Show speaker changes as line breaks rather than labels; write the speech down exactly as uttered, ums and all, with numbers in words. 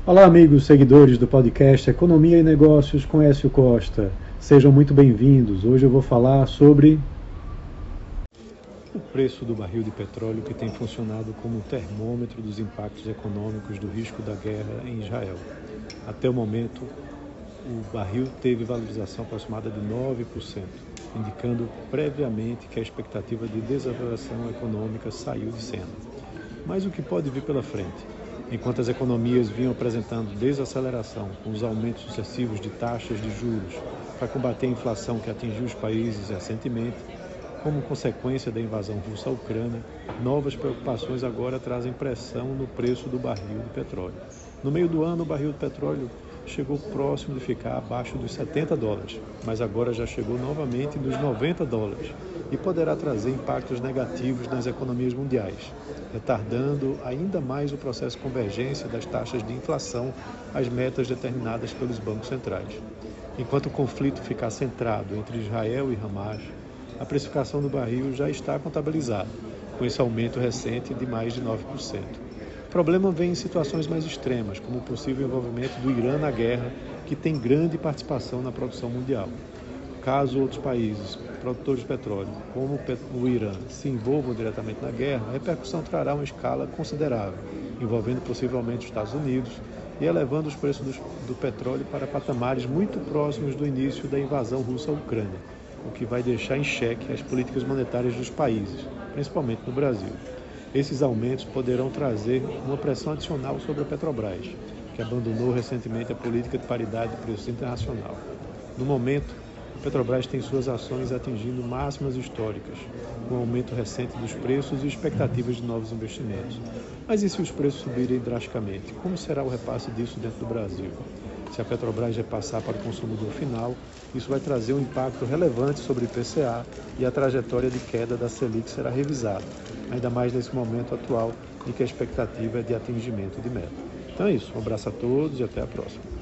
Olá, amigos seguidores do podcast Economia e Negócios com Écio Costa. Sejam muito bem-vindos. Hoje eu vou falar sobre o preço do barril de petróleo, que tem funcionado como um termômetro dos impactos econômicos do risco da guerra em Israel. Até o momento, o barril teve valorização aproximada de nove por cento, indicando previamente que a expectativa de desaceleração econômica saiu de cena. Mas o que pode vir pela frente? Enquanto as economias vinham apresentando desaceleração com os aumentos sucessivos de taxas de juros para combater a inflação que atingiu os países recentemente, como consequência da invasão russa à Ucrânia, novas preocupações agora trazem pressão no preço do barril de petróleo. No meio do ano, o barril de petróleo chegou próximo de ficar abaixo dos setenta dólares, mas agora já chegou novamente nos noventa dólares e poderá trazer impactos negativos nas economias mundiais, retardando ainda mais o processo de convergência das taxas de inflação às metas determinadas pelos bancos centrais. Enquanto o conflito ficar centrado entre Israel e Hamas, a precificação do barril já está contabilizada, com esse aumento recente de mais de nove por cento. O problema vem em situações mais extremas, como o possível envolvimento do Irã na guerra, que tem grande participação na produção mundial. Caso outros países produtores de petróleo, como o Irã, se envolvam diretamente na guerra, a repercussão trará uma escala considerável, envolvendo possivelmente os Estados Unidos e elevando os preços do petróleo para patamares muito próximos do início da invasão russa à Ucrânia, o que vai deixar em xeque as políticas monetárias dos países, principalmente no Brasil. Esses aumentos poderão trazer uma pressão adicional sobre a Petrobras, que abandonou recentemente a política de paridade de preços internacional. No momento, a Petrobras tem suas ações atingindo máximas históricas, com o aumento recente dos preços e expectativas de novos investimentos. Mas e se os preços subirem drasticamente? Como será o repasse disso dentro do Brasil? Se a Petrobras repassar para o consumidor final, isso vai trazer um impacto relevante sobre o I P C A e a trajetória de queda da Selic será revisada, ainda mais nesse momento atual em que a expectativa é de atingimento de meta. Então é isso, um abraço a todos e até a próxima.